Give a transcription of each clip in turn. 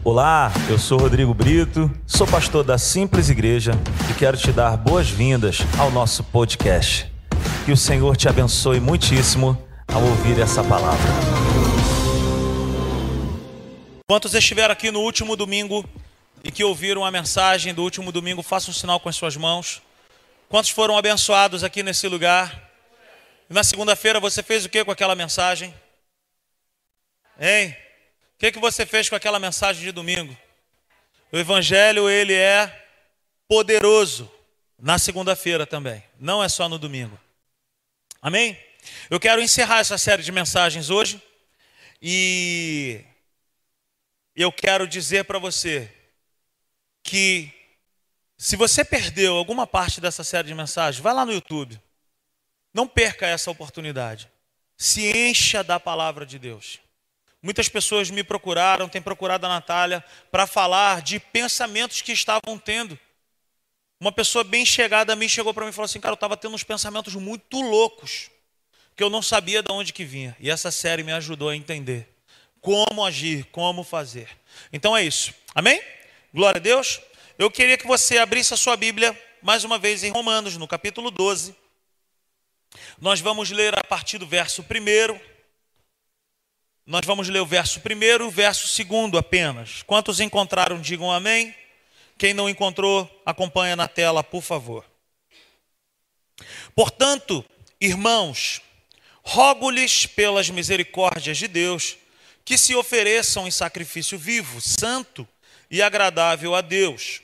Olá, eu sou Rodrigo Brito, sou pastor da Simples Igreja e quero te dar boas-vindas ao nosso podcast. Que o Senhor te abençoe muitíssimo ao ouvir essa palavra. Quantos estiveram aqui no último domingo e que ouviram a mensagem do último domingo, façam um sinal com as suas mãos. Quantos foram abençoados aqui nesse lugar? E na segunda-feira você fez o que com aquela mensagem? Hein? O que você fez com aquela mensagem de domingo? O Evangelho, ele é poderoso na segunda-feira também, não é só no domingo. Amém? Eu quero encerrar essa série de mensagens hoje e eu quero dizer para você que se você perdeu alguma parte dessa série de mensagens, vai lá no YouTube. Não perca essa oportunidade. Se encha da palavra de Deus. Muitas pessoas me procuraram, têm procurado a Natália, para falar de pensamentos que estavam tendo. Uma pessoa bem chegada a mim chegou para mim e falou assim: cara, eu estava tendo uns pensamentos muito loucos, que eu não sabia de onde que vinha. E essa série me ajudou a entender como agir, como fazer. Então é isso. Amém? Glória a Deus. Eu queria que você abrisse a sua Bíblia, mais uma vez, em Romanos, no capítulo 12. Nós vamos ler a partir do verso 1. Nós vamos ler o verso 1 e o verso 2 apenas. Quantos encontraram, digam amém. Quem não encontrou, acompanha na tela, por favor. Portanto, irmãos, rogo-lhes pelas misericórdias de Deus, que se ofereçam em sacrifício vivo, santo e agradável a Deus.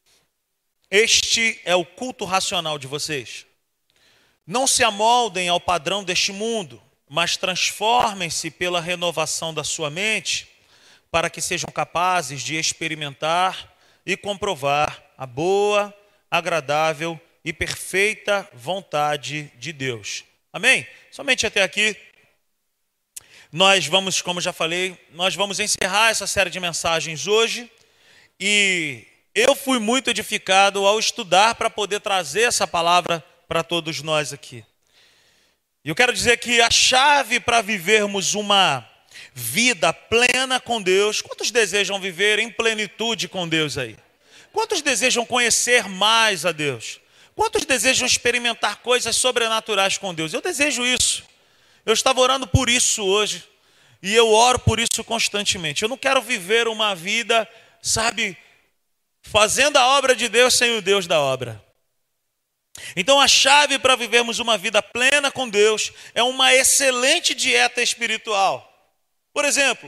Este é o culto racional de vocês. Não se amoldem ao padrão deste mundo, mas transformem-se pela renovação da sua mente, para que sejam capazes de experimentar e comprovar a boa, agradável e perfeita vontade de Deus. Amém? Somente até aqui. Nós vamos, como já falei, nós vamos encerrar essa série de mensagens hoje. E eu fui muito edificado ao estudar para poder trazer essa palavra para todos nós aqui. E eu quero dizer que a chave para vivermos uma vida plena com Deus, quantos desejam viver em plenitude com Deus aí? Quantos desejam conhecer mais a Deus? Quantos desejam experimentar coisas sobrenaturais com Deus? Eu desejo isso. Eu estava orando por isso hoje e eu oro por isso constantemente. Eu não quero viver uma vida, sabe, fazendo a obra de Deus sem o Deus da obra. Então a chave para vivermos uma vida plena com Deus é uma excelente dieta espiritual. Por exemplo,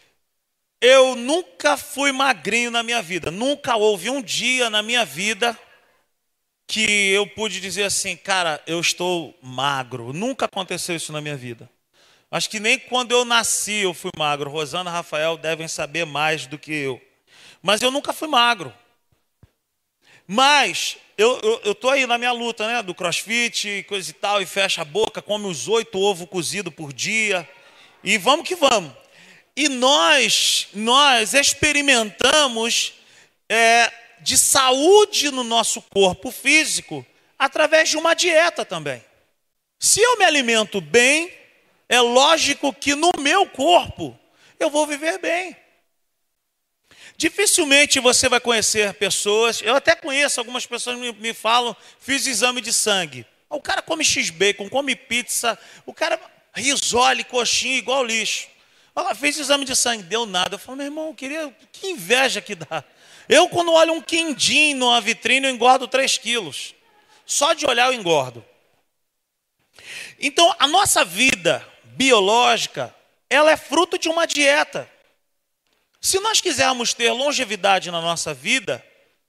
eu nunca fui magrinho na minha vida. Nunca houve um dia na minha vida que eu pude dizer assim: cara, eu estou magro. Nunca aconteceu isso na minha vida. Acho que nem quando eu nasci eu fui magro. Rosana e Rafael devem saber mais do que eu. Mas eu nunca fui magro. Mas eu estou aí na minha luta, né? Do crossfit e coisa e tal, e fecha a boca, come os 8 ovos cozidos por dia. E vamos que vamos. E nós experimentamos de saúde no nosso corpo físico através de uma dieta também. Se eu me alimento bem, é lógico que no meu corpo eu vou viver bem. Dificilmente você vai conhecer pessoas, eu até conheço, algumas pessoas me falam, fiz exame de sangue. O cara come x-bacon, come pizza, o cara risole, coxinha igual lixo. Olha, fez exame de sangue, deu nada. Eu falo, meu irmão, que inveja que dá. Eu, quando olho um quindim numa vitrine, eu engordo 3 quilos. Só de olhar eu engordo. Então, a nossa vida biológica, ela é fruto de uma dieta. Se nós quisermos ter longevidade na nossa vida,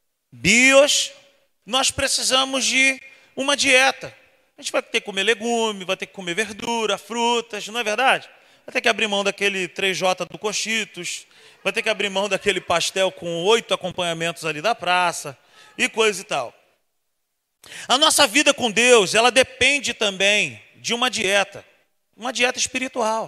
nós precisamos de uma dieta. A gente vai ter que comer legume, vai ter que comer verdura, frutas, não é verdade? Vai ter que abrir mão daquele 3J do Cochitos, vai ter que abrir mão daquele pastel com 8 acompanhamentos ali da praça e coisa e tal. A nossa vida com Deus, ela depende também de uma dieta espiritual.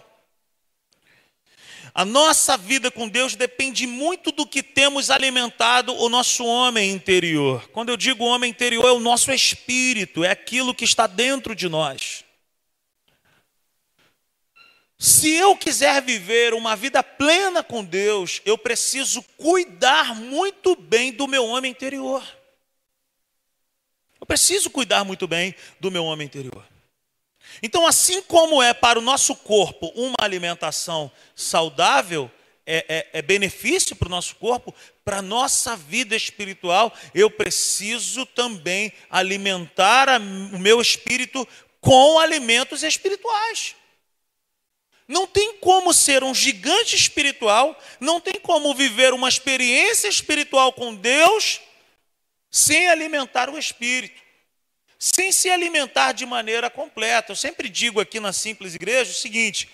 A nossa vida com Deus depende muito do que temos alimentado o nosso homem interior. Quando eu digo homem interior, é o nosso espírito, é aquilo que está dentro de nós. Se eu quiser viver uma vida plena com Deus, eu preciso cuidar muito bem do meu homem interior. Eu preciso cuidar muito bem do meu homem interior. Então, assim como é para o nosso corpo uma alimentação saudável, é benefício para o nosso corpo, para a nossa vida espiritual, eu preciso também alimentar o meu espírito com alimentos espirituais. Não tem como ser um gigante espiritual, não tem como viver uma experiência espiritual com Deus sem alimentar o espírito, sem se alimentar de maneira completa. Eu sempre digo aqui na Simples Igreja o seguinte: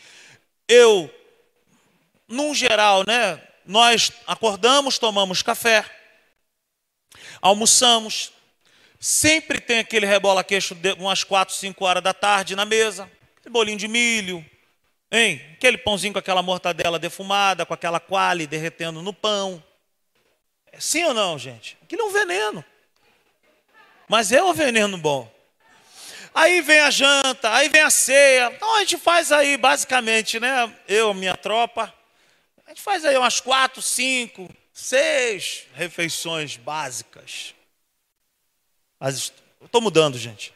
num geral, nós acordamos, tomamos café, almoçamos, sempre tem aquele rebola-queixo umas 4, 5 horas da tarde na mesa, aquele bolinho de milho, aquele pãozinho com aquela mortadela defumada, com aquela quale derretendo no pão. É sim ou não, gente? Aquilo é um veneno. Mas é um veneno bom. Aí vem a janta, aí vem a ceia. Então a gente faz aí, basicamente, eu, minha tropa, a gente faz aí umas 4, 5, 6 refeições básicas. Mas eu estou mudando, gente.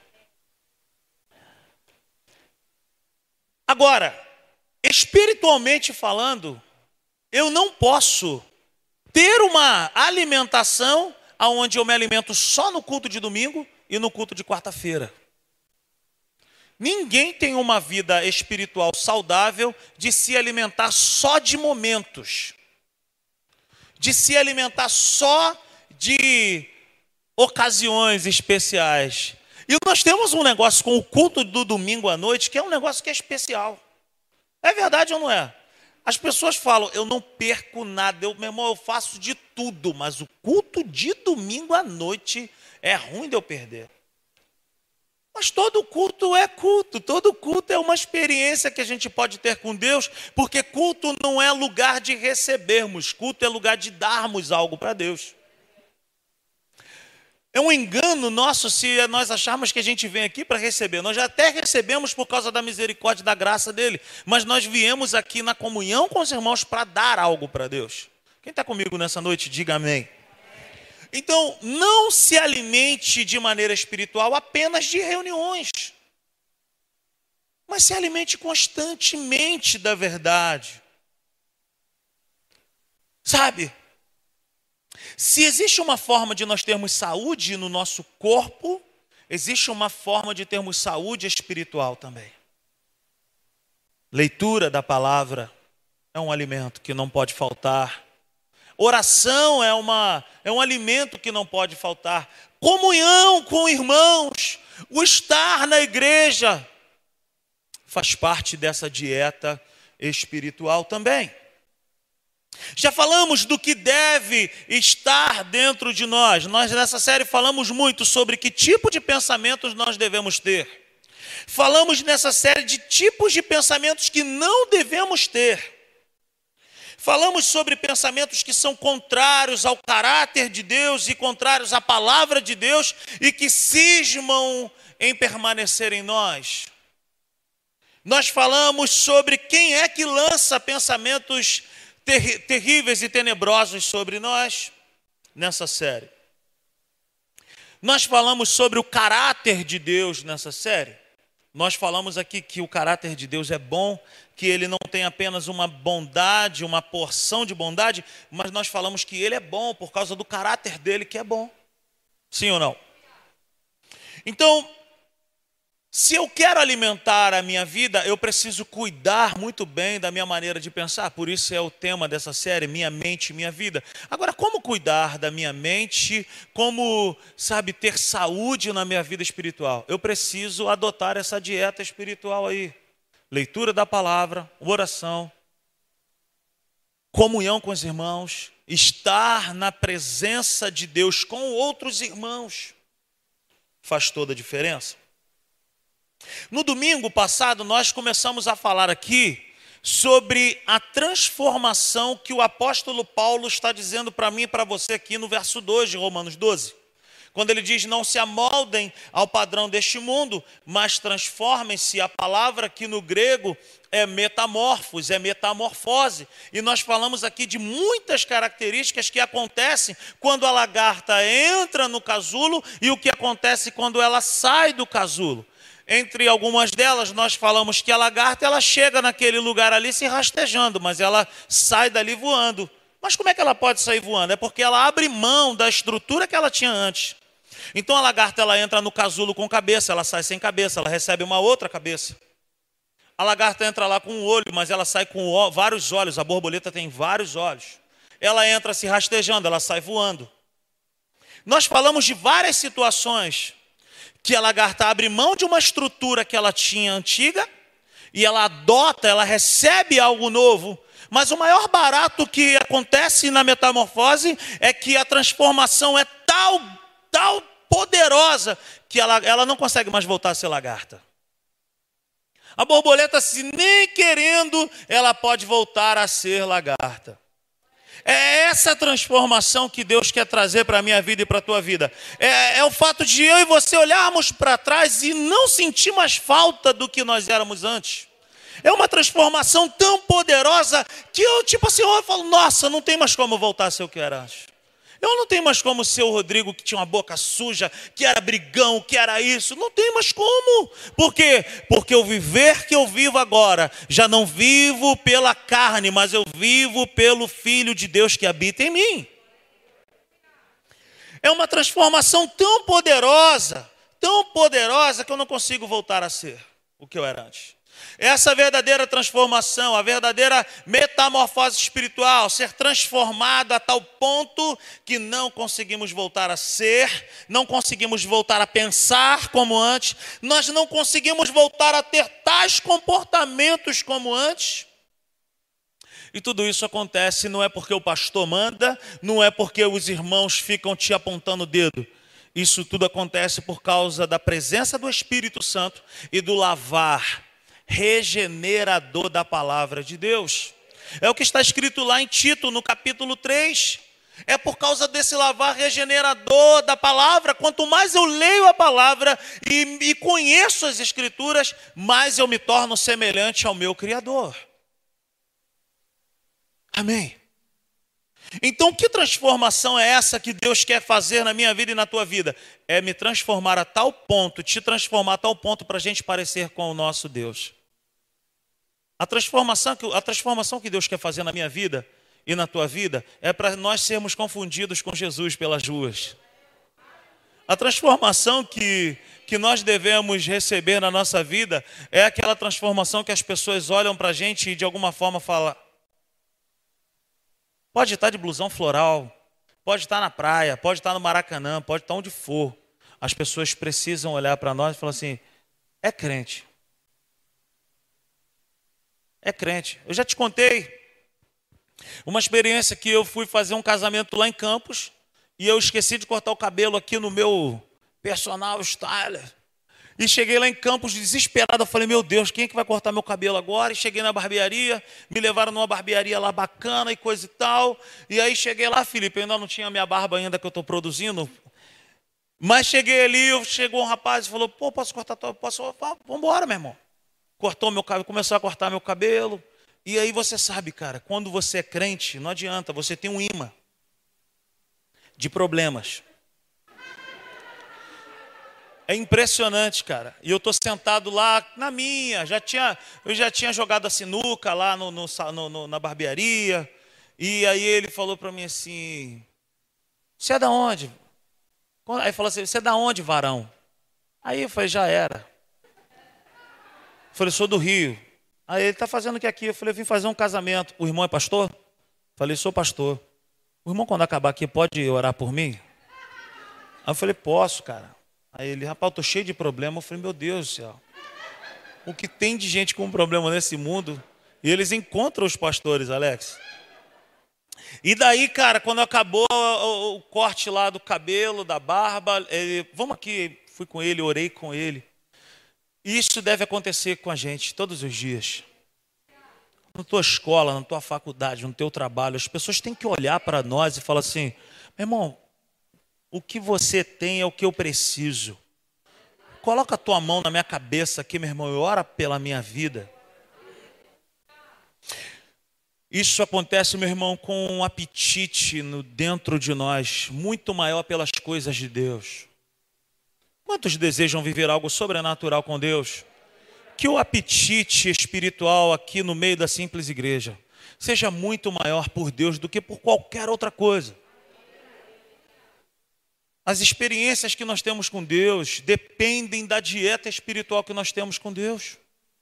Agora, espiritualmente falando, eu não posso ter uma alimentação onde eu me alimento só no culto de domingo e no culto de quarta-feira. Ninguém tem uma vida espiritual saudável de se alimentar só de momentos, de se alimentar só de ocasiões especiais. E nós temos um negócio com o culto do domingo à noite, que é um negócio que é especial. É verdade ou não é? As pessoas falam, eu não perco nada, meu irmão, eu faço de tudo, mas o culto de domingo à noite é ruim de eu perder. Mas todo culto é culto, todo culto é uma experiência que a gente pode ter com Deus, porque culto não é lugar de recebermos, culto é lugar de darmos algo para Deus. É um engano nosso se nós acharmos que a gente vem aqui para receber. Nós já até recebemos por causa da misericórdia e da graça dele, mas nós viemos aqui na comunhão com os irmãos para dar algo para Deus. Quem está comigo nessa noite, diga amém. Então, não se alimente de maneira espiritual apenas de reuniões, mas se alimente constantemente da verdade. Sabe? Se existe uma forma de nós termos saúde no nosso corpo, existe uma forma de termos saúde espiritual também. Leitura da palavra é um alimento que não pode faltar. Oração é um alimento que não pode faltar. Comunhão com irmãos, o estar na igreja, faz parte dessa dieta espiritual também. Já falamos do que deve estar dentro de nós. Nós nessa série falamos muito sobre que tipo de pensamentos nós devemos ter. Falamos nessa série de tipos de pensamentos que não devemos ter. Falamos sobre pensamentos que são contrários ao caráter de Deus e contrários à palavra de Deus e que cismam em permanecer em nós. Nós falamos sobre quem é que lança pensamentos terríveis e tenebrosos sobre nós nessa série. Nós falamos sobre o caráter de Deus nessa série. Nós falamos aqui que o caráter de Deus é bom, que ele não tem apenas uma bondade, uma porção de bondade, mas nós falamos que ele é bom por causa do caráter dele que é bom. Sim ou não? Então, se eu quero alimentar a minha vida, eu preciso cuidar muito bem da minha maneira de pensar. Por isso é o tema dessa série, minha mente, minha vida. Agora, como cuidar da minha mente? Como, ter saúde na minha vida espiritual? Eu preciso adotar essa dieta espiritual aí. Leitura da palavra, oração, comunhão com os irmãos, estar na presença de Deus com outros irmãos. Faz toda a diferença. No domingo passado, nós começamos a falar aqui sobre a transformação que o apóstolo Paulo está dizendo para mim e para você aqui no verso 2 de Romanos 12. Quando ele diz não se amoldem ao padrão deste mundo, mas transformem-se, a palavra que no grego é metamorfos, é metamorfose. E nós falamos aqui de muitas características que acontecem quando a lagarta entra no casulo e o que acontece quando ela sai do casulo. Entre algumas delas, nós falamos que a lagarta ela chega naquele lugar ali se rastejando, mas ela sai dali voando. Mas como é que ela pode sair voando? É porque ela abre mão da estrutura que ela tinha antes. Então a lagarta ela entra no casulo com cabeça, ela sai sem cabeça, ela recebe uma outra cabeça. A lagarta entra lá com um olho, mas ela sai com vários olhos, a borboleta tem vários olhos. Ela entra se rastejando, ela sai voando. Nós falamos de várias situações que a lagarta abre mão de uma estrutura que ela tinha antiga e ela adota, ela recebe algo novo. Mas o maior barato que acontece na metamorfose é que a transformação é tal poderosa que ela não consegue mais voltar a ser lagarta. A borboleta, se nem querendo, ela pode voltar a ser lagarta. É essa transformação que Deus quer trazer para a minha vida e para a tua vida. É o fato de eu e você olharmos para trás e não sentir mais falta do que nós éramos antes. É uma transformação tão poderosa que eu, eu falo, nossa, não tem mais como voltar a ser o que eu era antes. Eu não tenho mais como ser o Rodrigo que tinha uma boca suja, que era brigão, que era isso. Não tem mais como. Por quê? Porque o viver que eu vivo agora, já não vivo pela carne, mas eu vivo pelo Filho de Deus que habita em mim. É uma transformação tão poderosa que eu não consigo voltar a ser o que eu era antes. Essa verdadeira transformação, a verdadeira metamorfose espiritual, ser transformado a tal ponto que não conseguimos voltar a ser, não conseguimos voltar a pensar como antes, nós não conseguimos voltar a ter tais comportamentos como antes. E tudo isso acontece não é porque o pastor manda, não é porque os irmãos ficam te apontando o dedo. Isso tudo acontece por causa da presença do Espírito Santo e do lavar regenerador da palavra de Deus. É o que está escrito lá em Tito, no capítulo 3. É por causa desse lavar regenerador da palavra. Quanto mais eu leio a palavra e conheço as Escrituras, mais eu me torno semelhante ao meu Criador. Amém? Então, que transformação é essa que Deus quer fazer na minha vida e na tua vida? É me transformar a tal ponto, te transformar a tal ponto para a gente parecer com o nosso Deus. A transformação que Deus quer fazer na minha vida e na tua vida é para nós sermos confundidos com Jesus pelas ruas. A transformação que nós devemos receber na nossa vida é aquela transformação que as pessoas olham para a gente e de alguma forma falam: pode estar de blusão floral, pode estar na praia, pode estar no Maracanã, pode estar onde for. As pessoas precisam olhar para nós e falar assim: é crente. É crente. Eu já te contei uma experiência que eu fui fazer um casamento lá em Campos e eu esqueci de cortar o cabelo aqui no meu personal styler. E cheguei lá em Campos desesperado, eu falei: meu Deus, quem é que vai cortar meu cabelo agora? E cheguei na barbearia, me levaram numa barbearia lá bacana e coisa e tal. E aí cheguei lá, Felipe, eu ainda não tinha a minha barba ainda que eu estou produzindo. Mas cheguei ali, chegou um rapaz e falou: pô, posso cortar? Posso? Vamos embora, meu irmão. Cortou meu cabelo, começou a cortar meu cabelo. E aí você sabe, cara, quando você é crente, não adianta, você tem um imã de problemas. É impressionante, cara. E eu estou sentado lá na minha, eu já tinha jogado a sinuca lá na barbearia. E aí ele falou para mim assim: você é da onde? Aí falou assim: você é da onde, varão? Aí eu falei: já era. Eu falei: sou do Rio. Aí ele: está fazendo o que aqui? Eu falei: vim fazer um casamento. O irmão é pastor? Eu falei: sou pastor. O irmão, quando acabar aqui, pode orar por mim? Aí eu falei: posso, cara. Aí ele: rapaz, eu estou cheio de problema. Eu falei: meu Deus do céu, o que tem de gente com problema nesse mundo? E eles encontram os pastores, Alex. E daí, cara, quando acabou o corte lá do cabelo, da barba, vamos aqui, fui com ele, orei com ele. Isso deve acontecer com a gente todos os dias. Na tua escola, na tua faculdade, no teu trabalho, as pessoas têm que olhar para nós e falar assim: meu irmão, O que você tem é o que eu preciso. Coloca a tua mão na minha cabeça aqui, meu irmão, e ora pela minha vida. Isso acontece, meu irmão, com um apetite dentro de nós, muito maior pelas coisas de Deus. Quantos desejam viver algo sobrenatural com Deus? Que o apetite espiritual aqui no meio da simples igreja seja muito maior por Deus do que por qualquer outra coisa. As experiências que nós temos com Deus dependem da dieta espiritual que nós temos com Deus.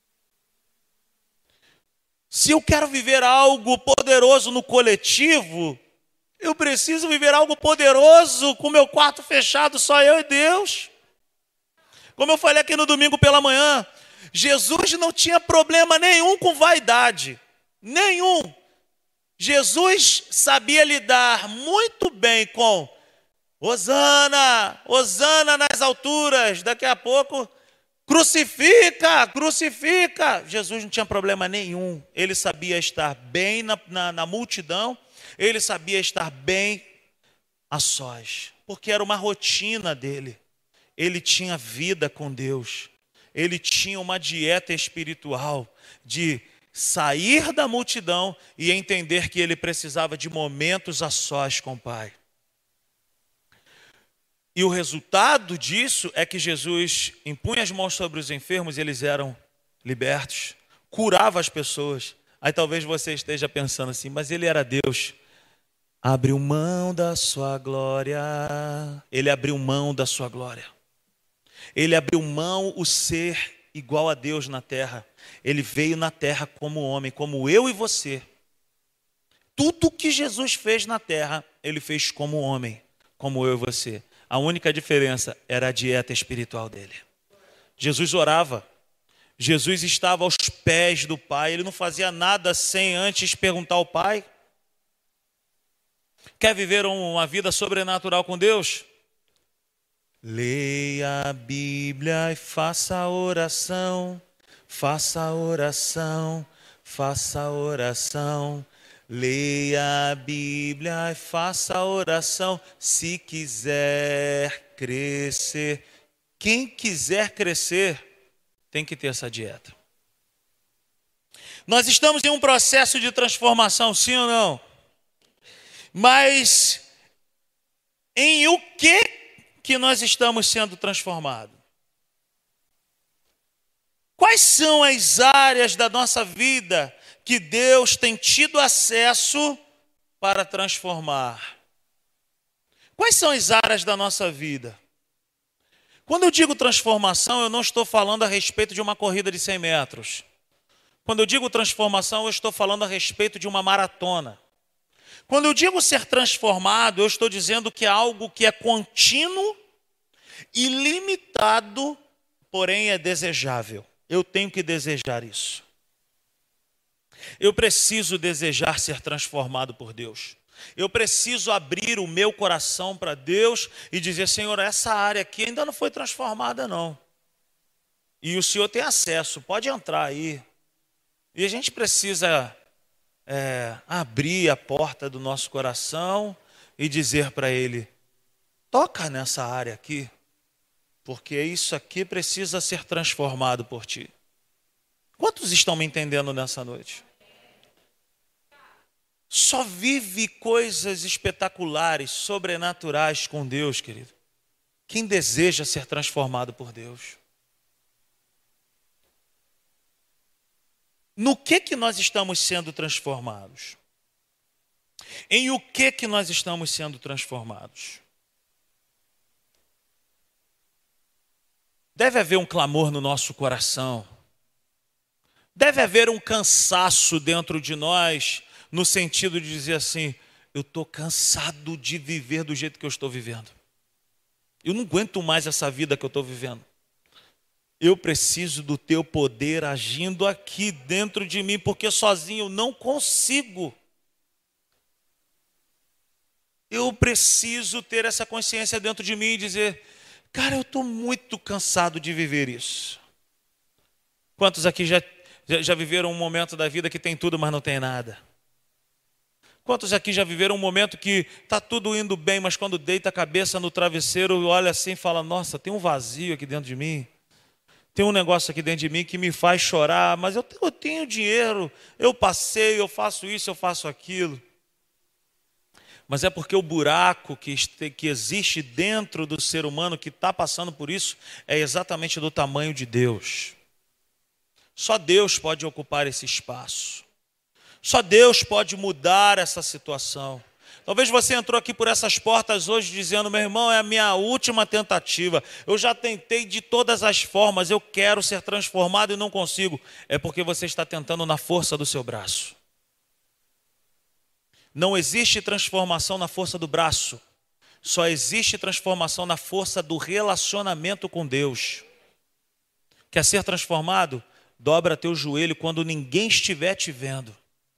Se eu quero viver algo poderoso no coletivo, eu preciso viver algo poderoso com meu quarto fechado, só eu e Deus. Como eu falei aqui no domingo pela manhã, Jesus não tinha problema nenhum com vaidade, nenhum. Jesus sabia lidar muito bem com Hosana, Hosana nas alturas, daqui a pouco, crucifica, crucifica. Jesus não tinha problema nenhum, ele sabia estar bem na multidão, ele sabia estar bem a sós, porque era uma rotina dele. Ele tinha vida com Deus, ele tinha uma dieta espiritual de sair da multidão e entender que ele precisava de momentos a sós com o Pai. E o resultado disso é que Jesus impunha as mãos sobre os enfermos e eles eram libertos, curava as pessoas. Aí talvez você esteja pensando assim, mas ele era Deus. Abriu mão da sua glória. Ele abriu mão da sua glória. Ele abriu mão o ser igual a Deus na terra. Ele veio na terra como homem, como eu e você. Tudo que Jesus fez na terra, ele fez como homem, como eu e você. A única diferença era a dieta espiritual dele. Jesus orava. Jesus estava aos pés do Pai. Ele não fazia nada sem antes perguntar ao Pai. Quer viver uma vida sobrenatural com Deus? Leia a Bíblia e faça a oração. Faça a oração. Faça a oração. Leia a Bíblia e faça a oração se quiser crescer. Quem quiser crescer tem que ter essa dieta. Nós estamos em um processo de transformação, sim ou não? Mas em o que nós estamos sendo transformados? Quais são as áreas da nossa vida que Deus tem tido acesso para transformar? Quais são as áreas da nossa vida? Quando eu digo transformação, eu não estou falando a respeito de uma corrida de 100 metros. Quando eu digo transformação, eu estou falando a respeito de uma maratona. Quando eu digo ser transformado, eu estou dizendo que é algo que é contínuo, ilimitado, porém é desejável. Eu tenho que desejar isso. Eu preciso desejar ser transformado por Deus. Eu preciso abrir o meu coração para Deus e dizer, Senhor, essa área aqui ainda não foi transformada não. E o Senhor tem acesso, pode entrar aí. E a gente precisa abrir a porta do nosso coração e dizer para Ele, toca nessa área aqui, porque isso aqui precisa ser transformado por Ti. Quantos estão me entendendo nessa noite? Só vive coisas espetaculares, sobrenaturais com Deus, querido, quem deseja ser transformado por Deus. No que nós estamos sendo transformados? Em o que nós estamos sendo transformados? Deve haver um clamor no nosso coração. Deve haver um cansaço dentro de nós, no sentido de dizer assim, eu estou cansado de viver do jeito que eu estou vivendo. Eu não aguento mais essa vida que eu estou vivendo. Eu preciso do teu poder agindo aqui dentro de mim, porque sozinho eu não consigo. Eu preciso ter essa consciência dentro de mim e dizer, cara, eu estou muito cansado de viver isso. Quantos aqui já viveram um momento da vida que tem tudo, mas não tem nada? Quantos aqui já viveram um momento que está tudo indo bem, mas quando deita a cabeça no travesseiro, olha assim e fala, nossa, tem um vazio aqui dentro de mim. Tem um negócio aqui dentro de mim que me faz chorar, mas eu tenho dinheiro, eu passeio, eu faço isso, eu faço aquilo. Mas é porque o buraco que existe dentro do ser humano que está passando por isso é exatamente do tamanho de Deus. Só Deus pode ocupar esse espaço. Só Deus pode mudar essa situação. Talvez você entrou aqui por essas portas hoje dizendo, meu irmão, é a minha última tentativa. Eu já tentei de todas as formas, eu quero ser transformado e não consigo. É porque você está tentando na força do seu braço. Não existe transformação na força do braço. Só existe transformação na força do relacionamento com Deus. Quer ser transformado? Dobra teu joelho quando ninguém estiver te vendo.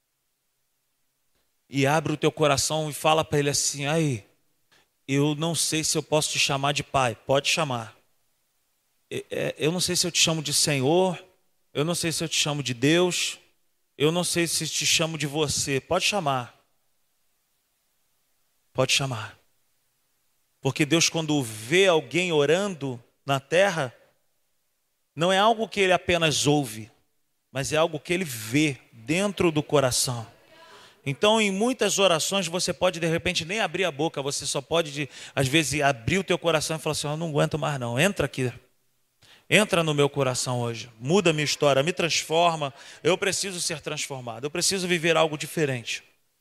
E abre o teu coração e fala para ele assim, aí, eu não sei se eu posso te chamar de pai. Pode chamar. Eu não sei se eu te chamo de Senhor, eu não sei se eu te chamo de Deus, eu não sei se te chamo de você. Pode chamar. Pode chamar. Porque Deus, quando vê alguém orando na terra, não é algo que ele apenas ouve, mas é algo que ele vê dentro do coração. Então, em muitas orações, você pode, de repente, nem abrir a boca, você só pode, às vezes, abrir o teu coração e falar assim, eu não aguento mais não, entra aqui. Entra no meu coração hoje, muda a minha história, me transforma, eu preciso ser transformado, eu preciso viver algo diferente.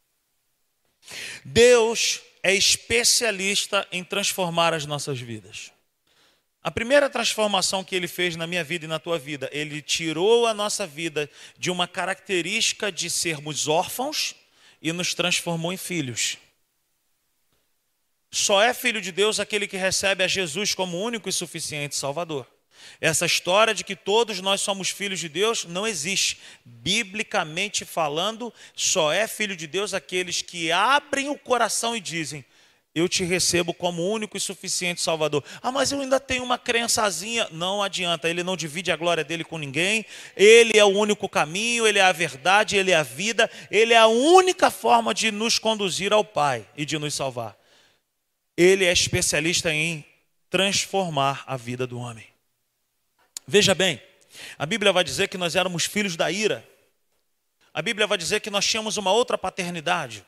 Deus é especialista em transformar as nossas vidas. A primeira transformação que Ele fez na minha vida e na tua vida, Ele tirou a nossa vida de uma característica de sermos órfãos e nos transformou em filhos. Só é filho de Deus aquele que recebe a Jesus como único e suficiente Salvador. Essa história de que todos nós somos filhos de Deus não existe. Biblicamente falando, só é filho de Deus aqueles que abrem o coração e dizem, eu te recebo como único e suficiente Salvador. Ah, mas eu ainda tenho uma crençazinha. Não adianta, ele não divide a glória dele com ninguém. Ele é o único caminho, ele é a verdade, ele é a vida. Ele é a única forma de nos conduzir ao Pai e de nos salvar. Ele é especialista em transformar a vida do homem. Veja bem, a Bíblia vai dizer que nós éramos filhos da ira. A Bíblia vai dizer que nós tínhamos uma outra paternidade.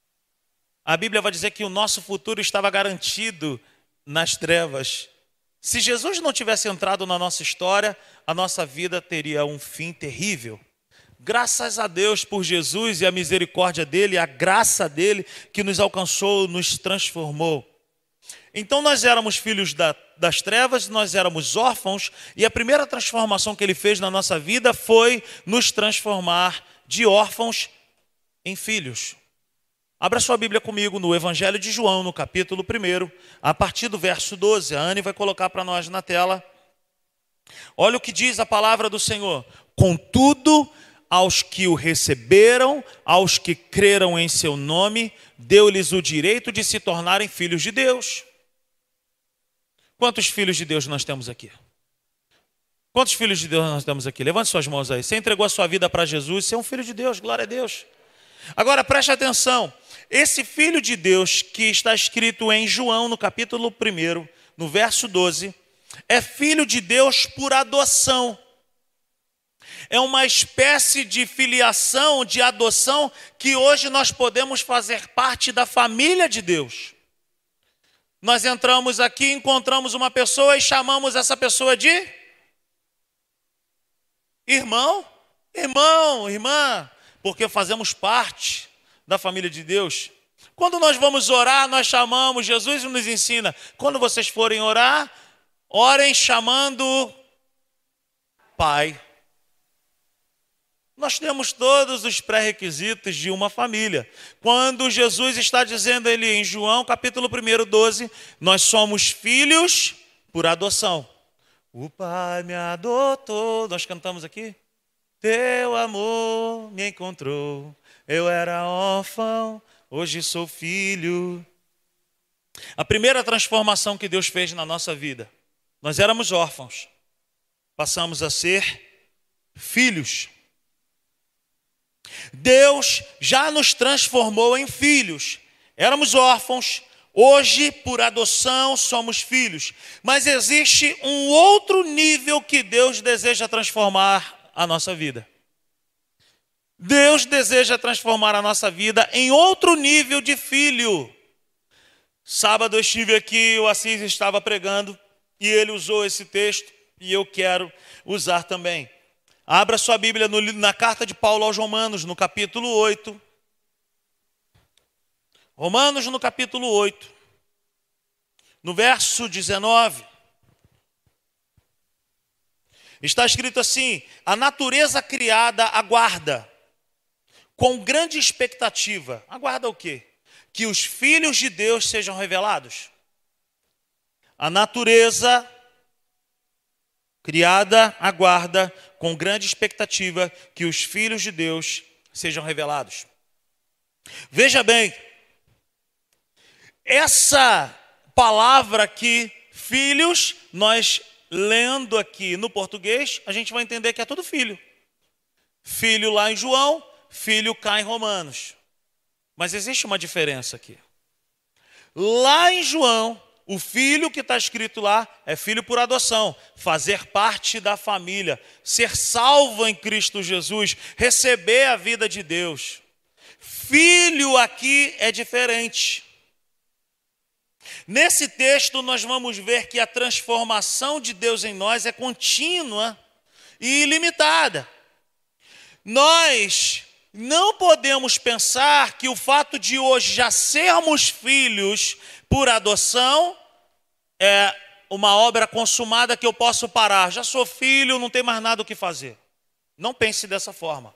A Bíblia vai dizer que o nosso futuro estava garantido nas trevas. Se Jesus não tivesse entrado na nossa história, a nossa vida teria um fim terrível. Graças a Deus por Jesus e a misericórdia dele, a graça dele que nos alcançou, nos transformou. Então nós éramos filhos das trevas, nós éramos órfãos, e a primeira transformação que ele fez na nossa vida foi nos transformar de órfãos em filhos. Abra sua Bíblia comigo no Evangelho de João, no capítulo 1, a partir do verso 12. A Anne vai colocar para nós na tela. Olha o que diz a palavra do Senhor. Contudo, aos que o receberam, aos que creram em seu nome, deu-lhes o direito de se tornarem filhos de Deus. Quantos filhos de Deus nós temos aqui? Quantos filhos de Deus nós temos aqui? Levante suas mãos aí. Você entregou a sua vida para Jesus, você é um filho de Deus, glória a Deus. Agora preste atenção, esse filho de Deus que está escrito em João, no capítulo 1, no verso 12, é filho de Deus por adoção. É uma espécie de filiação, de adoção, que hoje nós podemos fazer parte da família de Deus. Nós entramos aqui, encontramos uma pessoa e chamamos essa pessoa de irmão, irmã, porque fazemos parte da família de Deus. Quando nós vamos orar, nós chamamos, Jesus nos ensina, quando vocês forem orar, orem chamando Pai. Nós temos todos os pré-requisitos de uma família. Quando Jesus está dizendo ali em João, capítulo 1, 12, nós somos filhos por adoção. O Pai me adotou. Nós cantamos aqui. Teu amor me encontrou. Eu era órfão, hoje sou filho. A primeira transformação que Deus fez na nossa vida. Nós éramos órfãos. Passamos a ser filhos. Deus já nos transformou em filhos. Éramos órfãos, hoje, por adoção, somos filhos. Mas existe um outro nível que Deus deseja transformar a nossa vida. Deus deseja transformar a nossa vida em outro nível de filho. Sábado eu estive aqui, o Assis estava pregando e ele usou esse texto e eu quero usar também. Abra sua Bíblia na carta de Paulo aos Romanos, no capítulo 8. Romanos, no capítulo 8, no verso 19. Está escrito assim: a natureza criada aguarda, com grande expectativa. Aguarda o quê? Que os filhos de Deus sejam revelados. A natureza criada aguarda com grande expectativa que os filhos de Deus sejam revelados. Veja bem, essa palavra aqui, filhos, nós lendo aqui no português, a gente vai entender que é tudo filho. Filho lá em João, filho cá em Romanos. Mas existe uma diferença aqui. Lá em João, o filho que está escrito lá é filho por adoção, fazer parte da família, ser salvo em Cristo Jesus, receber a vida de Deus. Filho aqui é diferente. Nesse texto nós vamos ver que a transformação de Deus em nós é contínua e ilimitada. Nós não podemos pensar que o fato de hoje já sermos filhos por adoção é uma obra consumada que eu posso parar. Já sou filho, não tem mais nada o que fazer. Não pense dessa forma.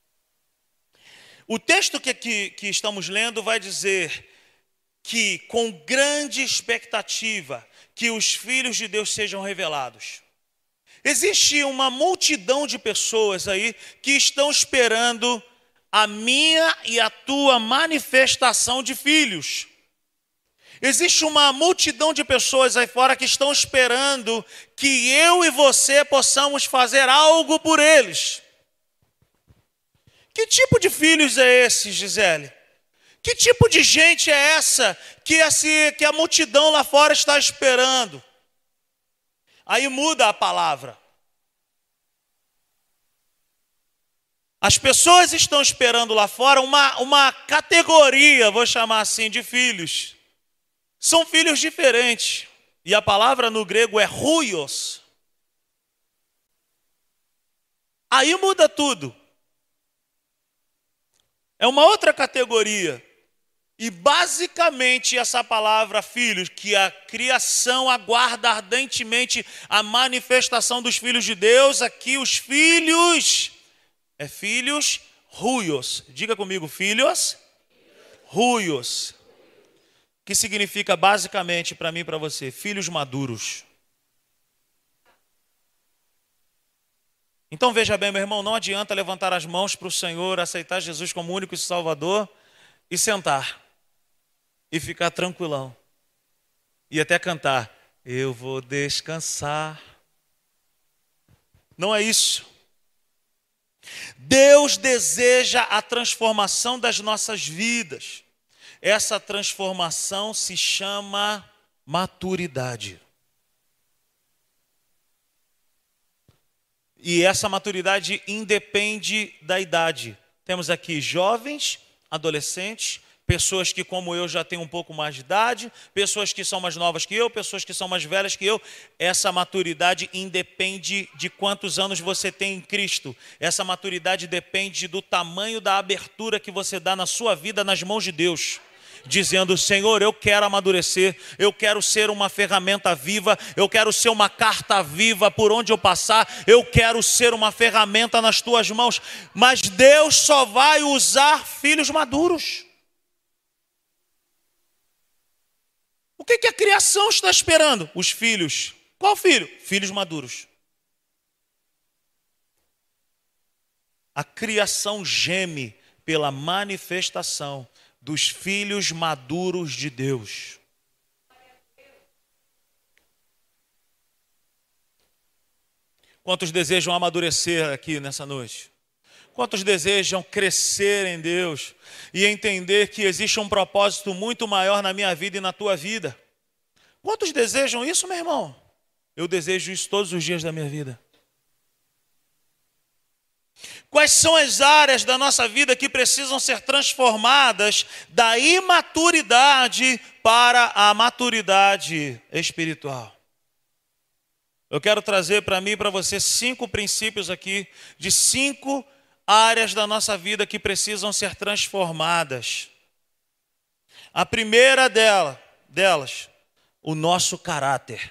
O texto que estamos lendo vai dizer que com grande expectativa que os filhos de Deus sejam revelados. Existe uma multidão de pessoas aí que estão esperando a minha e a tua manifestação de filhos. Existe uma multidão de pessoas aí fora que estão esperando que eu e você possamos fazer algo por eles. Que tipo de filhos é esse, Gisele? Que tipo de gente é essa que a multidão lá fora está esperando? Aí muda a palavra. As pessoas estão esperando lá fora uma categoria, vou chamar assim, de filhos. São filhos diferentes. E a palavra no grego é huios. Aí muda tudo. É uma outra categoria. E basicamente essa palavra filhos, que a criação aguarda ardentemente a manifestação dos filhos de Deus, aqui os filhos, é filhos huios. Diga comigo, filhos huios. Que significa basicamente para mim e para você, filhos maduros. Então veja bem, meu irmão, não adianta levantar as mãos para o Senhor, aceitar Jesus como único e Salvador e sentar e ficar tranquilão e até cantar, eu vou descansar. Não é isso. Deus deseja a transformação das nossas vidas. Essa transformação se chama maturidade. E essa maturidade independe da idade. Temos aqui jovens, adolescentes, pessoas que como eu já têm um pouco mais de idade, pessoas que são mais novas que eu, pessoas que são mais velhas que eu. Essa maturidade independe de quantos anos você tem em Cristo. Essa maturidade depende do tamanho da abertura que você dá na sua vida nas mãos de Deus. Dizendo, Senhor, eu quero amadurecer, eu quero ser uma ferramenta viva, eu quero ser uma carta viva por onde eu passar, eu quero ser uma ferramenta nas tuas mãos. Mas Deus só vai usar filhos maduros. O que a criação está esperando? Os filhos. Qual filho? Filhos maduros. A criação geme pela manifestação dos filhos maduros de Deus. Quantos desejam amadurecer aqui nessa noite? Quantos desejam crescer em Deus e entender que existe um propósito muito maior na minha vida e na tua vida? Quantos desejam isso, meu irmão? Eu desejo isso todos os dias da minha vida. Quais são as áreas da nossa vida que precisam ser transformadas da imaturidade para a maturidade espiritual? Eu quero trazer para mim e para você 5 princípios aqui, de 5 áreas da nossa vida que precisam ser transformadas. A primeira delas, o nosso caráter.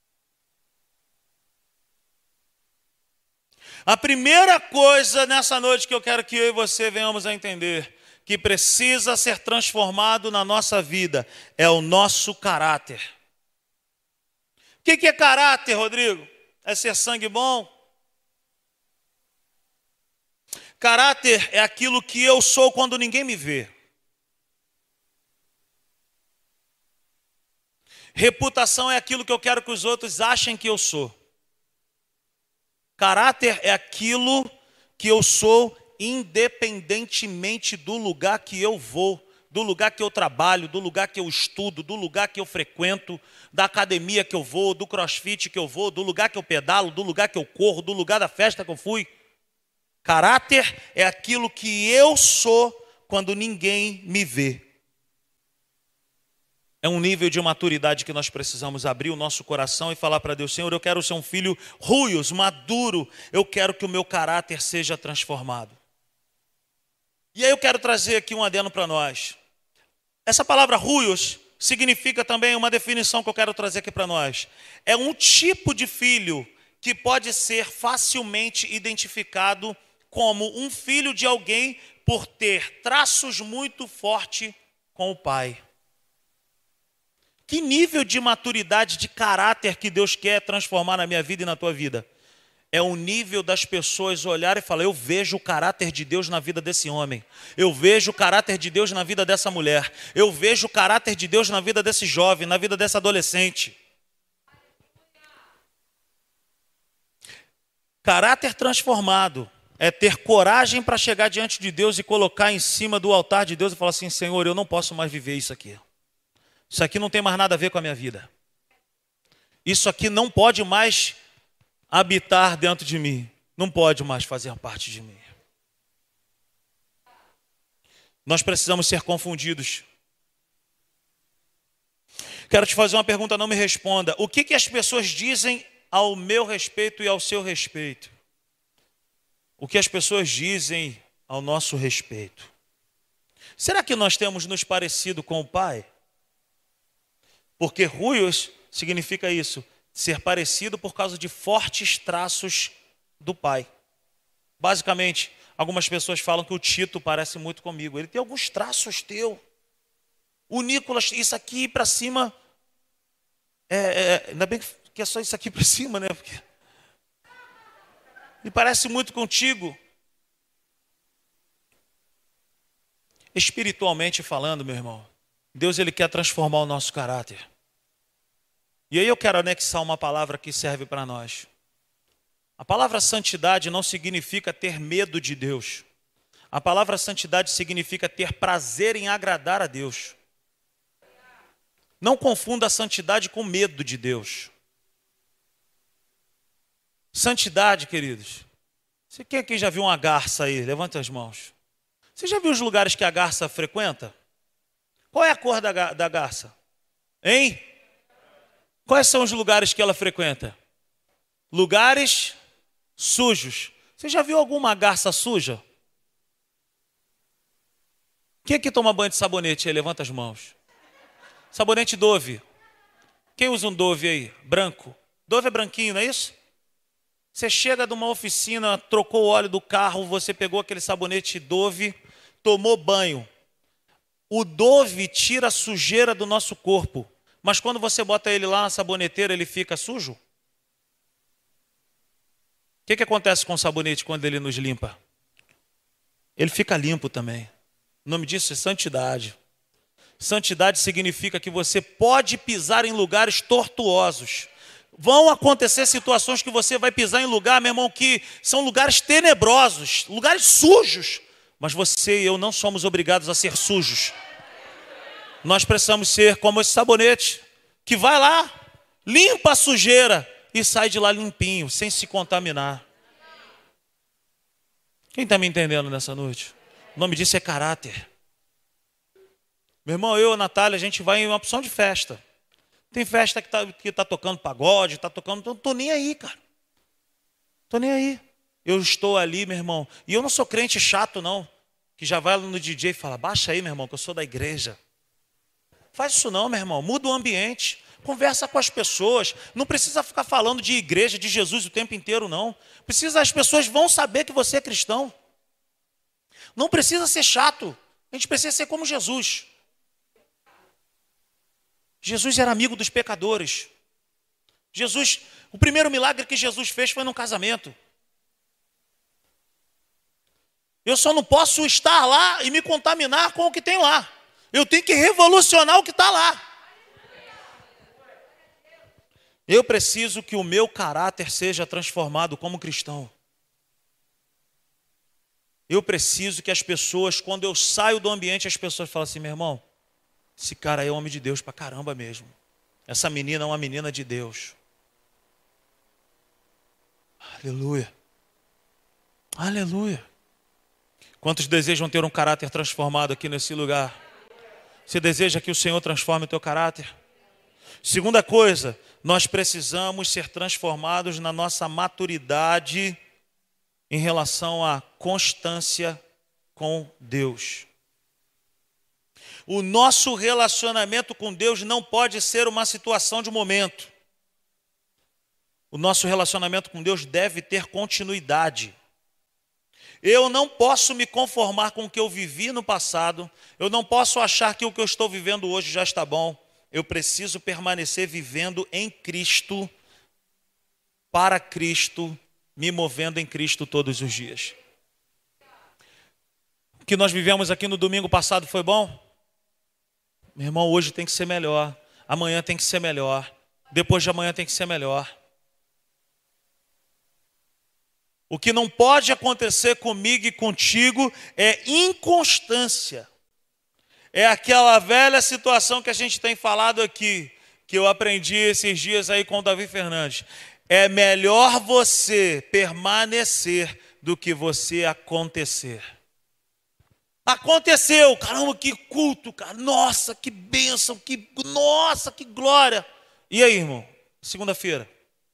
A primeira coisa nessa noite que eu quero que eu e você venhamos a entender, que precisa ser transformado na nossa vida, é o nosso caráter. O que é caráter, Rodrigo? É ser sangue bom? Caráter é aquilo que eu sou quando ninguém me vê. Reputação é aquilo que eu quero que os outros achem que eu sou. Caráter é aquilo que eu sou independentemente do lugar que eu vou, do lugar que eu trabalho, do lugar que eu estudo, do lugar que eu frequento, da academia que eu vou, do crossfit que eu vou, do lugar que eu pedalo, do lugar que eu corro, do lugar da festa que eu fui. Caráter é aquilo que eu sou quando ninguém me vê. É um nível de maturidade que nós precisamos abrir o nosso coração e falar para Deus: Senhor, eu quero ser um filho ruios, maduro. Eu quero que o meu caráter seja transformado. E aí eu quero trazer aqui um adendo para nós. Essa palavra ruios significa também uma definição que eu quero trazer aqui para nós. É um tipo de filho que pode ser facilmente identificado como um filho de alguém por ter traços muito fortes com o pai. Que nível de maturidade, de caráter que Deus quer transformar na minha vida e na tua vida? É o nível das pessoas olharem e falar: eu vejo o caráter de Deus na vida desse homem. Eu vejo o caráter de Deus na vida dessa mulher. Eu vejo o caráter de Deus na vida desse jovem, na vida dessa adolescente. Caráter transformado é ter coragem para chegar diante de Deus e colocar em cima do altar de Deus e falar assim: Senhor, eu não posso mais viver isso aqui. Isso aqui não tem mais nada a ver com a minha vida. Isso aqui não pode mais habitar dentro de mim. Não pode mais fazer parte de mim. Nós precisamos ser confundidos. Quero te fazer uma pergunta, não me responda. O que as pessoas dizem ao meu respeito e ao seu respeito? O que as pessoas dizem ao nosso respeito? Será que nós temos nos parecido com o Pai? Porque ruios significa isso, ser parecido por causa de fortes traços do Pai. Basicamente, algumas pessoas falam que o Tito parece muito comigo. Ele tem alguns traços teu. O Nicolas, isso aqui para cima, ainda bem que é só isso aqui para cima, né? Porque ele parece muito contigo. Espiritualmente falando, meu irmão, Deus, Ele quer transformar o nosso caráter. E aí eu quero anexar uma palavra que serve para nós. A palavra santidade não significa ter medo de Deus. A palavra santidade significa ter prazer em agradar a Deus. Não confunda a santidade com medo de Deus. Santidade, queridos. Quem aqui já viu uma garça aí? Levanta as mãos. Você já viu os lugares que a garça frequenta? Qual é a cor da garça? Hein? Quais são os lugares que ela frequenta? Lugares sujos. Você já viu alguma garça suja? Quem aqui toma banho de sabonete aí? Levanta as mãos. Sabonete Dove. Quem usa um Dove aí? Branco. Dove é branquinho, não é isso? Você chega de uma oficina, trocou o óleo do carro, você pegou aquele sabonete Dove, tomou banho. O Dove tira a sujeira do nosso corpo. Mas quando você bota ele lá na saboneteira, ele fica sujo? O que acontece com o sabonete quando ele nos limpa? Ele fica limpo também. O nome disso é santidade. Santidade significa que você pode pisar em lugares tortuosos. Vão acontecer situações que você vai pisar em lugar, meu irmão, que são lugares tenebrosos, lugares sujos. Mas você e eu não somos obrigados a ser sujos. Nós precisamos ser como esse sabonete, que vai lá, limpa a sujeira e sai de lá limpinho, sem se contaminar. Quem está me entendendo nessa noite? O nome disso é caráter. Meu irmão, eu e a Natália, a gente vai em uma opção de festa. Tem festa que tá tocando pagode, tá tocando... Não tô nem aí, cara. Tô nem aí. Eu estou ali, meu irmão. E eu não sou crente chato, não. Que já vai no DJ e fala, baixa aí, meu irmão, que eu sou da igreja. Faz isso não, meu irmão. Muda o ambiente. Conversa com as pessoas. Não precisa ficar falando de igreja, de Jesus o tempo inteiro, não. As pessoas vão saber que você é cristão. Não precisa ser chato. A gente precisa ser como Jesus. Jesus era amigo dos pecadores. O primeiro milagre que Jesus fez foi num casamento. Eu só não posso estar lá e me contaminar com o que tem lá. Eu tenho que revolucionar o que está lá. Eu preciso que o meu caráter seja transformado como cristão. Eu preciso que as pessoas, quando eu saio do ambiente, as pessoas falam assim, meu irmão, esse cara aí é homem de Deus pra caramba mesmo. Essa menina é uma menina de Deus. Aleluia. Aleluia. Quantos desejam ter um caráter transformado aqui nesse lugar? Você deseja que o Senhor transforme o teu caráter? Segunda coisa, nós precisamos ser transformados na nossa maturidade em relação à constância com Deus. O nosso relacionamento com Deus não pode ser uma situação de momento. O nosso relacionamento com Deus deve ter continuidade. Eu não posso me conformar com o que eu vivi no passado. Eu não posso achar que o que eu estou vivendo hoje já está bom. Eu preciso permanecer vivendo em Cristo, para Cristo, me movendo em Cristo todos os dias. O que nós vivemos aqui no domingo passado foi bom? Meu irmão, hoje tem que ser melhor. Amanhã tem que ser melhor. Depois de amanhã tem que ser melhor. O que não pode acontecer comigo e contigo é inconstância. É aquela velha situação que a gente tem falado aqui, que eu aprendi esses dias aí com o Davi Fernandes. É melhor você permanecer do que você acontecer. Aconteceu, caramba, que culto, cara. Nossa, que bênção, nossa, que glória. E aí, irmão? Segunda-feira.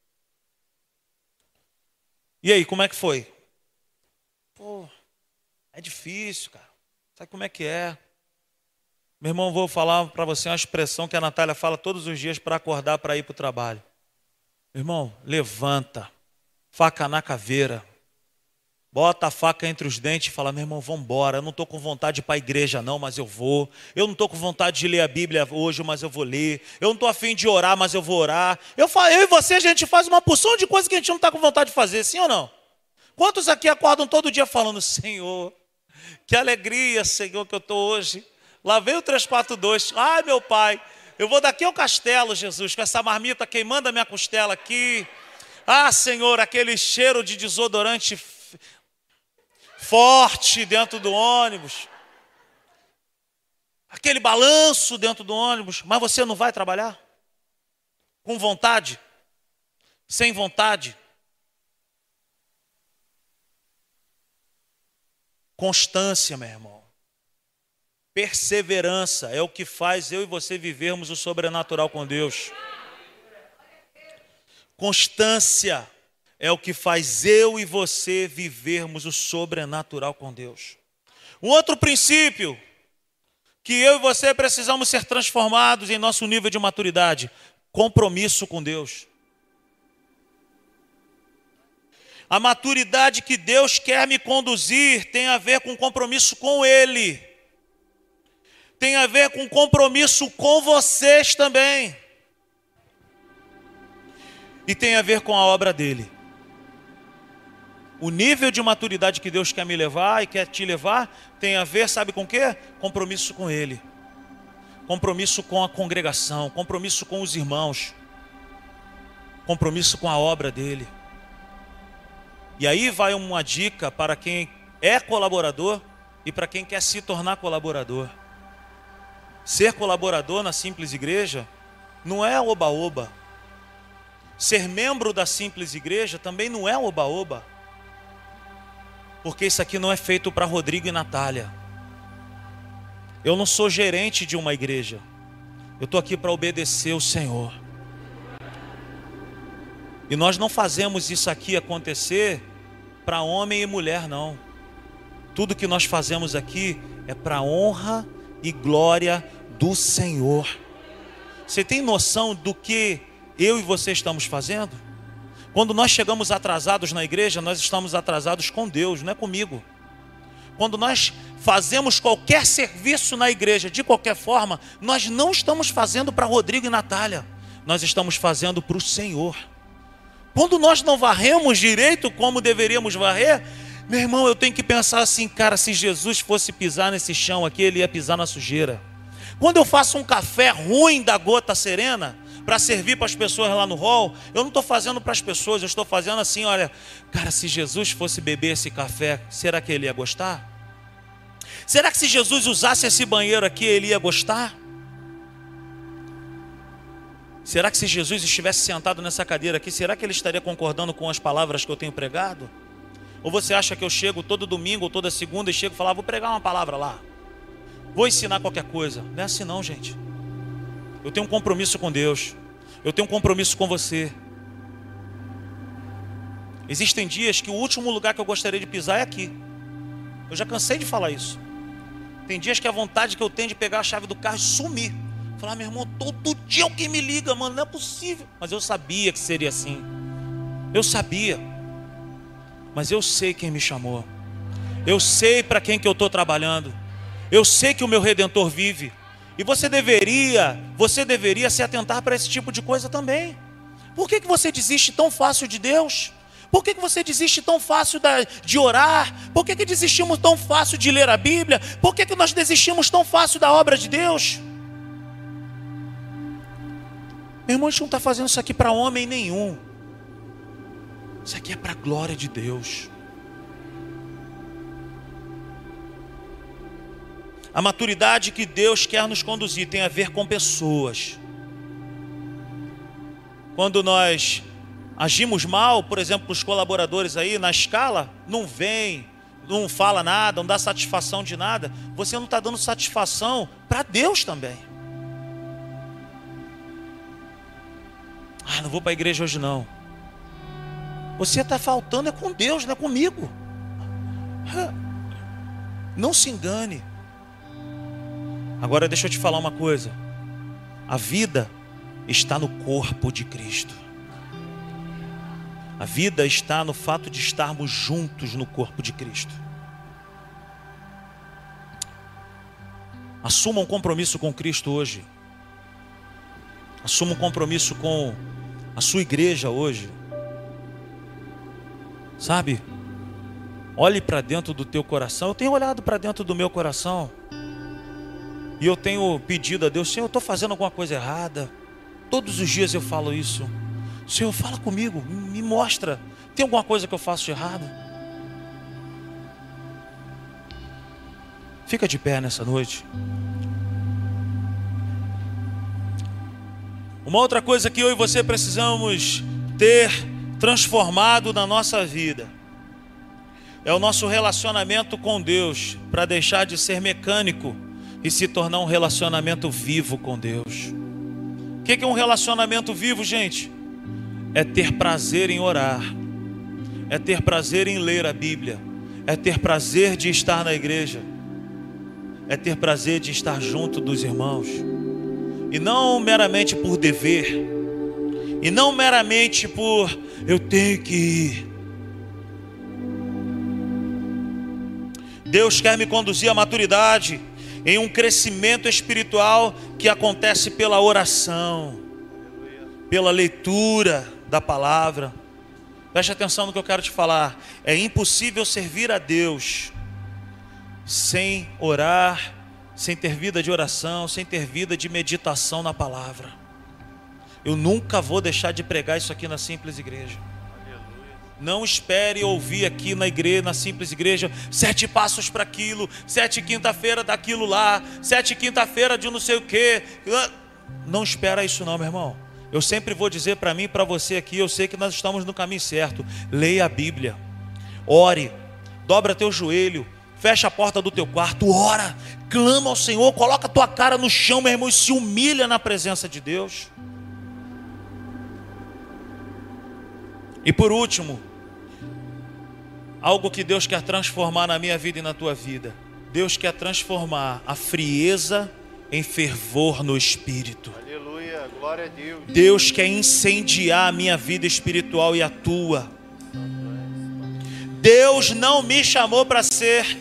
E aí, como é que foi? Pô, é difícil, cara. Sabe como é que é? Meu irmão, vou falar para você uma expressão que a Natália fala todos os dias para acordar, para ir para o trabalho. Meu irmão, levanta, faca na caveira, bota a faca entre os dentes e fala, meu irmão, vamos embora. Eu não estou com vontade de ir para a igreja não, mas eu vou. Eu não estou com vontade de ler a Bíblia hoje, mas eu vou ler. Eu não estou afim de orar, mas eu vou orar. Eu e você, a gente faz uma porção de coisas que a gente não está com vontade de fazer, sim ou não? Quantos aqui acordam todo dia falando, Senhor, que alegria, Senhor, que eu estou hoje. Lá vem o 342. Ai, meu Pai, eu vou daqui ao castelo, Jesus, com essa marmita queimando a minha costela aqui. Ah, Senhor, aquele cheiro de desodorante forte dentro do ônibus. Aquele balanço dentro do ônibus. Mas você não vai trabalhar? Com vontade? Sem vontade? Constância, meu irmão. Perseverança é o que faz eu e você vivermos o sobrenatural com Deus. Constância é o que faz eu e você vivermos o sobrenatural com Deus. Um outro princípio que eu e você precisamos ser transformados em nosso nível de maturidade: compromisso com Deus. A maturidade que Deus quer me conduzir tem a ver com compromisso com Ele. Tem a ver com compromisso com vocês também. E tem a ver com a obra dele. O nível de maturidade que Deus quer me levar e quer te levar tem a ver, sabe com o quê? Compromisso com Ele. Compromisso com a congregação, compromisso com os irmãos. compromisso com a obra dele. E aí vai uma dica para quem é colaborador e para quem quer se tornar colaborador. Ser colaborador na Simples Igreja não é oba-oba. Ser membro da Simples Igreja também não é oba-oba. Porque isso aqui não é feito para Rodrigo e Natália. Eu não sou gerente de uma igreja. Eu estou aqui para obedecer o Senhor. E nós não fazemos isso aqui acontecer para homem e mulher, não. Tudo que nós fazemos aqui é para a honra e glória do Senhor. Você tem noção do que eu e você estamos fazendo? Quando nós chegamos atrasados na igreja, nós estamos atrasados com Deus, não é comigo. Quando nós fazemos qualquer serviço na igreja, de qualquer forma, nós não estamos fazendo para Rodrigo e Natália. Nós estamos fazendo para o Senhor. Quando nós não varremos direito como deveríamos varrer, meu irmão, eu tenho que pensar assim, cara, se Jesus fosse pisar nesse chão aqui, ele ia pisar na sujeira. Quando eu faço um café ruim da Gota Serena, para servir para as pessoas lá no hall, eu não estou fazendo para as pessoas, eu estou fazendo assim, olha, cara, se Jesus fosse beber esse café, será que ele ia gostar? Será que se Jesus usasse esse banheiro aqui, ele ia gostar? Será que se Jesus estivesse sentado nessa cadeira aqui, será que ele estaria concordando com as palavras que eu tenho pregado? Ou você acha que eu chego todo domingo ou toda segunda e chego e falo, vou pregar uma palavra lá, vou ensinar qualquer coisa? Não é assim não, gente. Eu tenho um compromisso com Deus. Eu tenho um compromisso com você. Existem dias que o último lugar que eu gostaria de pisar é aqui. Eu já cansei de falar isso. Tem dias que a vontade que eu tenho de pegar a chave do carro e sumir. Falar, meu irmão, todo dia alguém me liga, mano, não é possível. Mas eu sabia que seria assim. Eu sabia. Mas eu sei quem me chamou. Eu sei para quem que eu estou trabalhando. Eu sei que o meu Redentor vive. E você deveria se atentar para esse tipo de coisa também. Por que você desiste tão fácil de Deus? Por que você desiste tão fácil de orar? Por que desistimos tão fácil de ler a Bíblia? Por que nós desistimos tão fácil da obra de Deus? Meu irmão, a gente não está fazendo isso aqui para homem nenhum. Isso aqui é para a glória de Deus. A maturidade que Deus quer nos conduzir tem a ver com pessoas. Quando nós agimos mal, por exemplo, os colaboradores aí na escala, não vem, não fala nada, não dá satisfação de nada, você não está dando satisfação para Deus também. Ah, não vou para a igreja hoje não. Você está faltando é com Deus, não é comigo. Não se engane. Agora deixa eu te falar uma coisa. A vida está no corpo de Cristo. A vida está no fato de estarmos juntos no corpo de Cristo. Assuma um compromisso com Cristo hoje. Assuma um compromisso com a sua igreja hoje. Sabe? Olhe para dentro do teu coração. Eu tenho olhado para dentro do meu coração. E eu tenho pedido a Deus, Senhor, eu estou fazendo alguma coisa errada. Todos os dias eu falo isso. Senhor, fala comigo, me mostra. Tem alguma coisa que eu faço de errado? Fica de pé nessa noite. Uma outra coisa que eu e você precisamos ter transformado na nossa vida é o nosso relacionamento com Deus, para deixar de ser mecânico e se tornar um relacionamento vivo com Deus. O que é um relacionamento vivo, gente? É ter prazer em orar, é ter prazer em ler a Bíblia, é ter prazer de estar na igreja, é ter prazer de estar junto dos irmãos, e não meramente por dever, e não meramente por eu tenho que ir. Deus quer me conduzir à maturidade, em um crescimento espiritual que acontece pela oração, pela leitura da palavra. Preste atenção no que eu quero te falar. É impossível servir a Deus sem orar, sem ter vida de oração, sem ter vida de meditação na palavra. Eu nunca vou deixar de pregar isso aqui na Simples Igreja. Não espere ouvir aqui na igreja, na Simples Igreja, 7 passos para aquilo, 7 quinta-feira daquilo lá, 7 quinta-feira de não sei o quê. Não espera isso não, meu irmão. Eu sempre vou dizer para mim e para você aqui, eu sei que nós estamos no caminho certo. Leia a Bíblia, ore, dobra teu joelho, fecha a porta do teu quarto, ora, clama ao Senhor, coloca a tua cara no chão, meu irmão, e se humilha na presença de Deus. E por último, algo que Deus quer transformar na minha vida e na tua vida. Deus quer transformar a frieza em fervor no Espírito. Aleluia, glória a Deus. Deus quer incendiar a minha vida espiritual e a tua. Deus não me chamou para ser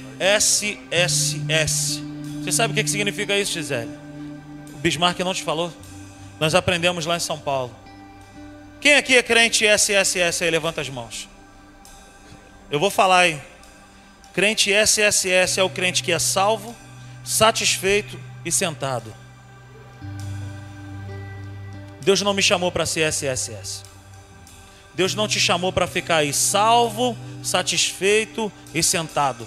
SSS. Você sabe o que significa isso, Gisele? O Bismarck não te falou? Nós aprendemos lá em São Paulo. Quem aqui é crente SSS aí? Levanta as mãos. Eu vou falar, hein? Crente SSS é o crente que é salvo, satisfeito e sentado. Deus não me chamou para ser SSS. Deus não te chamou para ficar aí salvo, satisfeito e sentado.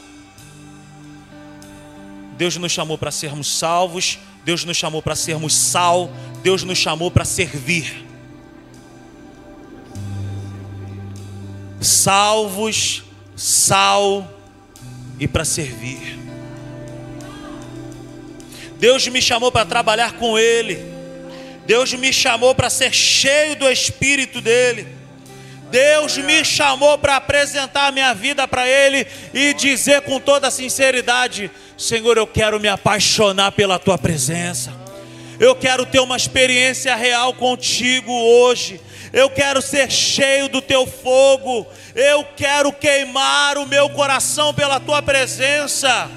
Deus nos chamou para sermos salvos, Deus nos chamou para sermos sal, Deus nos chamou para servir. Salvos, sal e para servir. Deus me chamou para trabalhar com Ele. Deus me chamou para ser cheio do Espírito dEle. Deus me chamou para apresentar a minha vida para Ele e dizer com toda sinceridade: Senhor, eu quero me apaixonar pela Tua presença. Eu quero ter uma experiência real contigo hoje. Eu quero ser cheio do Teu fogo. Eu quero queimar o meu coração pela Tua presença.